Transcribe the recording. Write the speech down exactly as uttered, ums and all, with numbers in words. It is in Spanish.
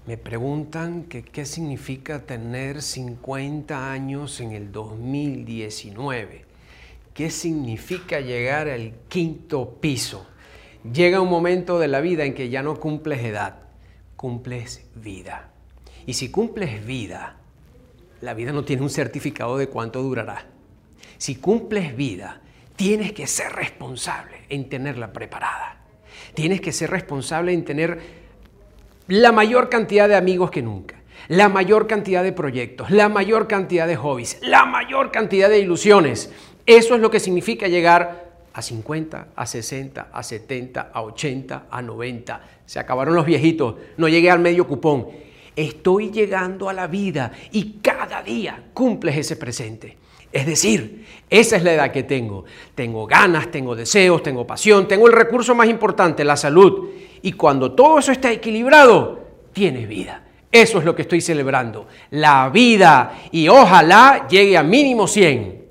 Me preguntan que qué significa tener cincuenta años en el dos mil diecinueve. ¿Qué significa llegar al quinto piso? Llega un momento de la vida en que ya no cumples edad, cumples vida. Y si cumples vida, la vida no tiene un certificado de cuánto durará. Si cumples vida, tienes que ser responsable en tenerla preparada. Tienes que ser responsable en tener la mayor cantidad de amigos que nunca, la mayor cantidad de proyectos, la mayor cantidad de hobbies, la mayor cantidad de ilusiones. Eso es lo que significa llegar a cincuenta, a sesenta, a setenta, a ochenta, a noventa. Se acabaron los viejitos, no llegué al medio cupón. Estoy llegando a la vida y cada día cumples ese presente. Es decir, esa es la edad que tengo. Tengo ganas, tengo deseos, tengo pasión, tengo el recurso más importante, la salud. Y cuando todo eso está equilibrado, tienes vida. Eso es lo que estoy celebrando, la vida. Y ojalá llegue a mínimo cien.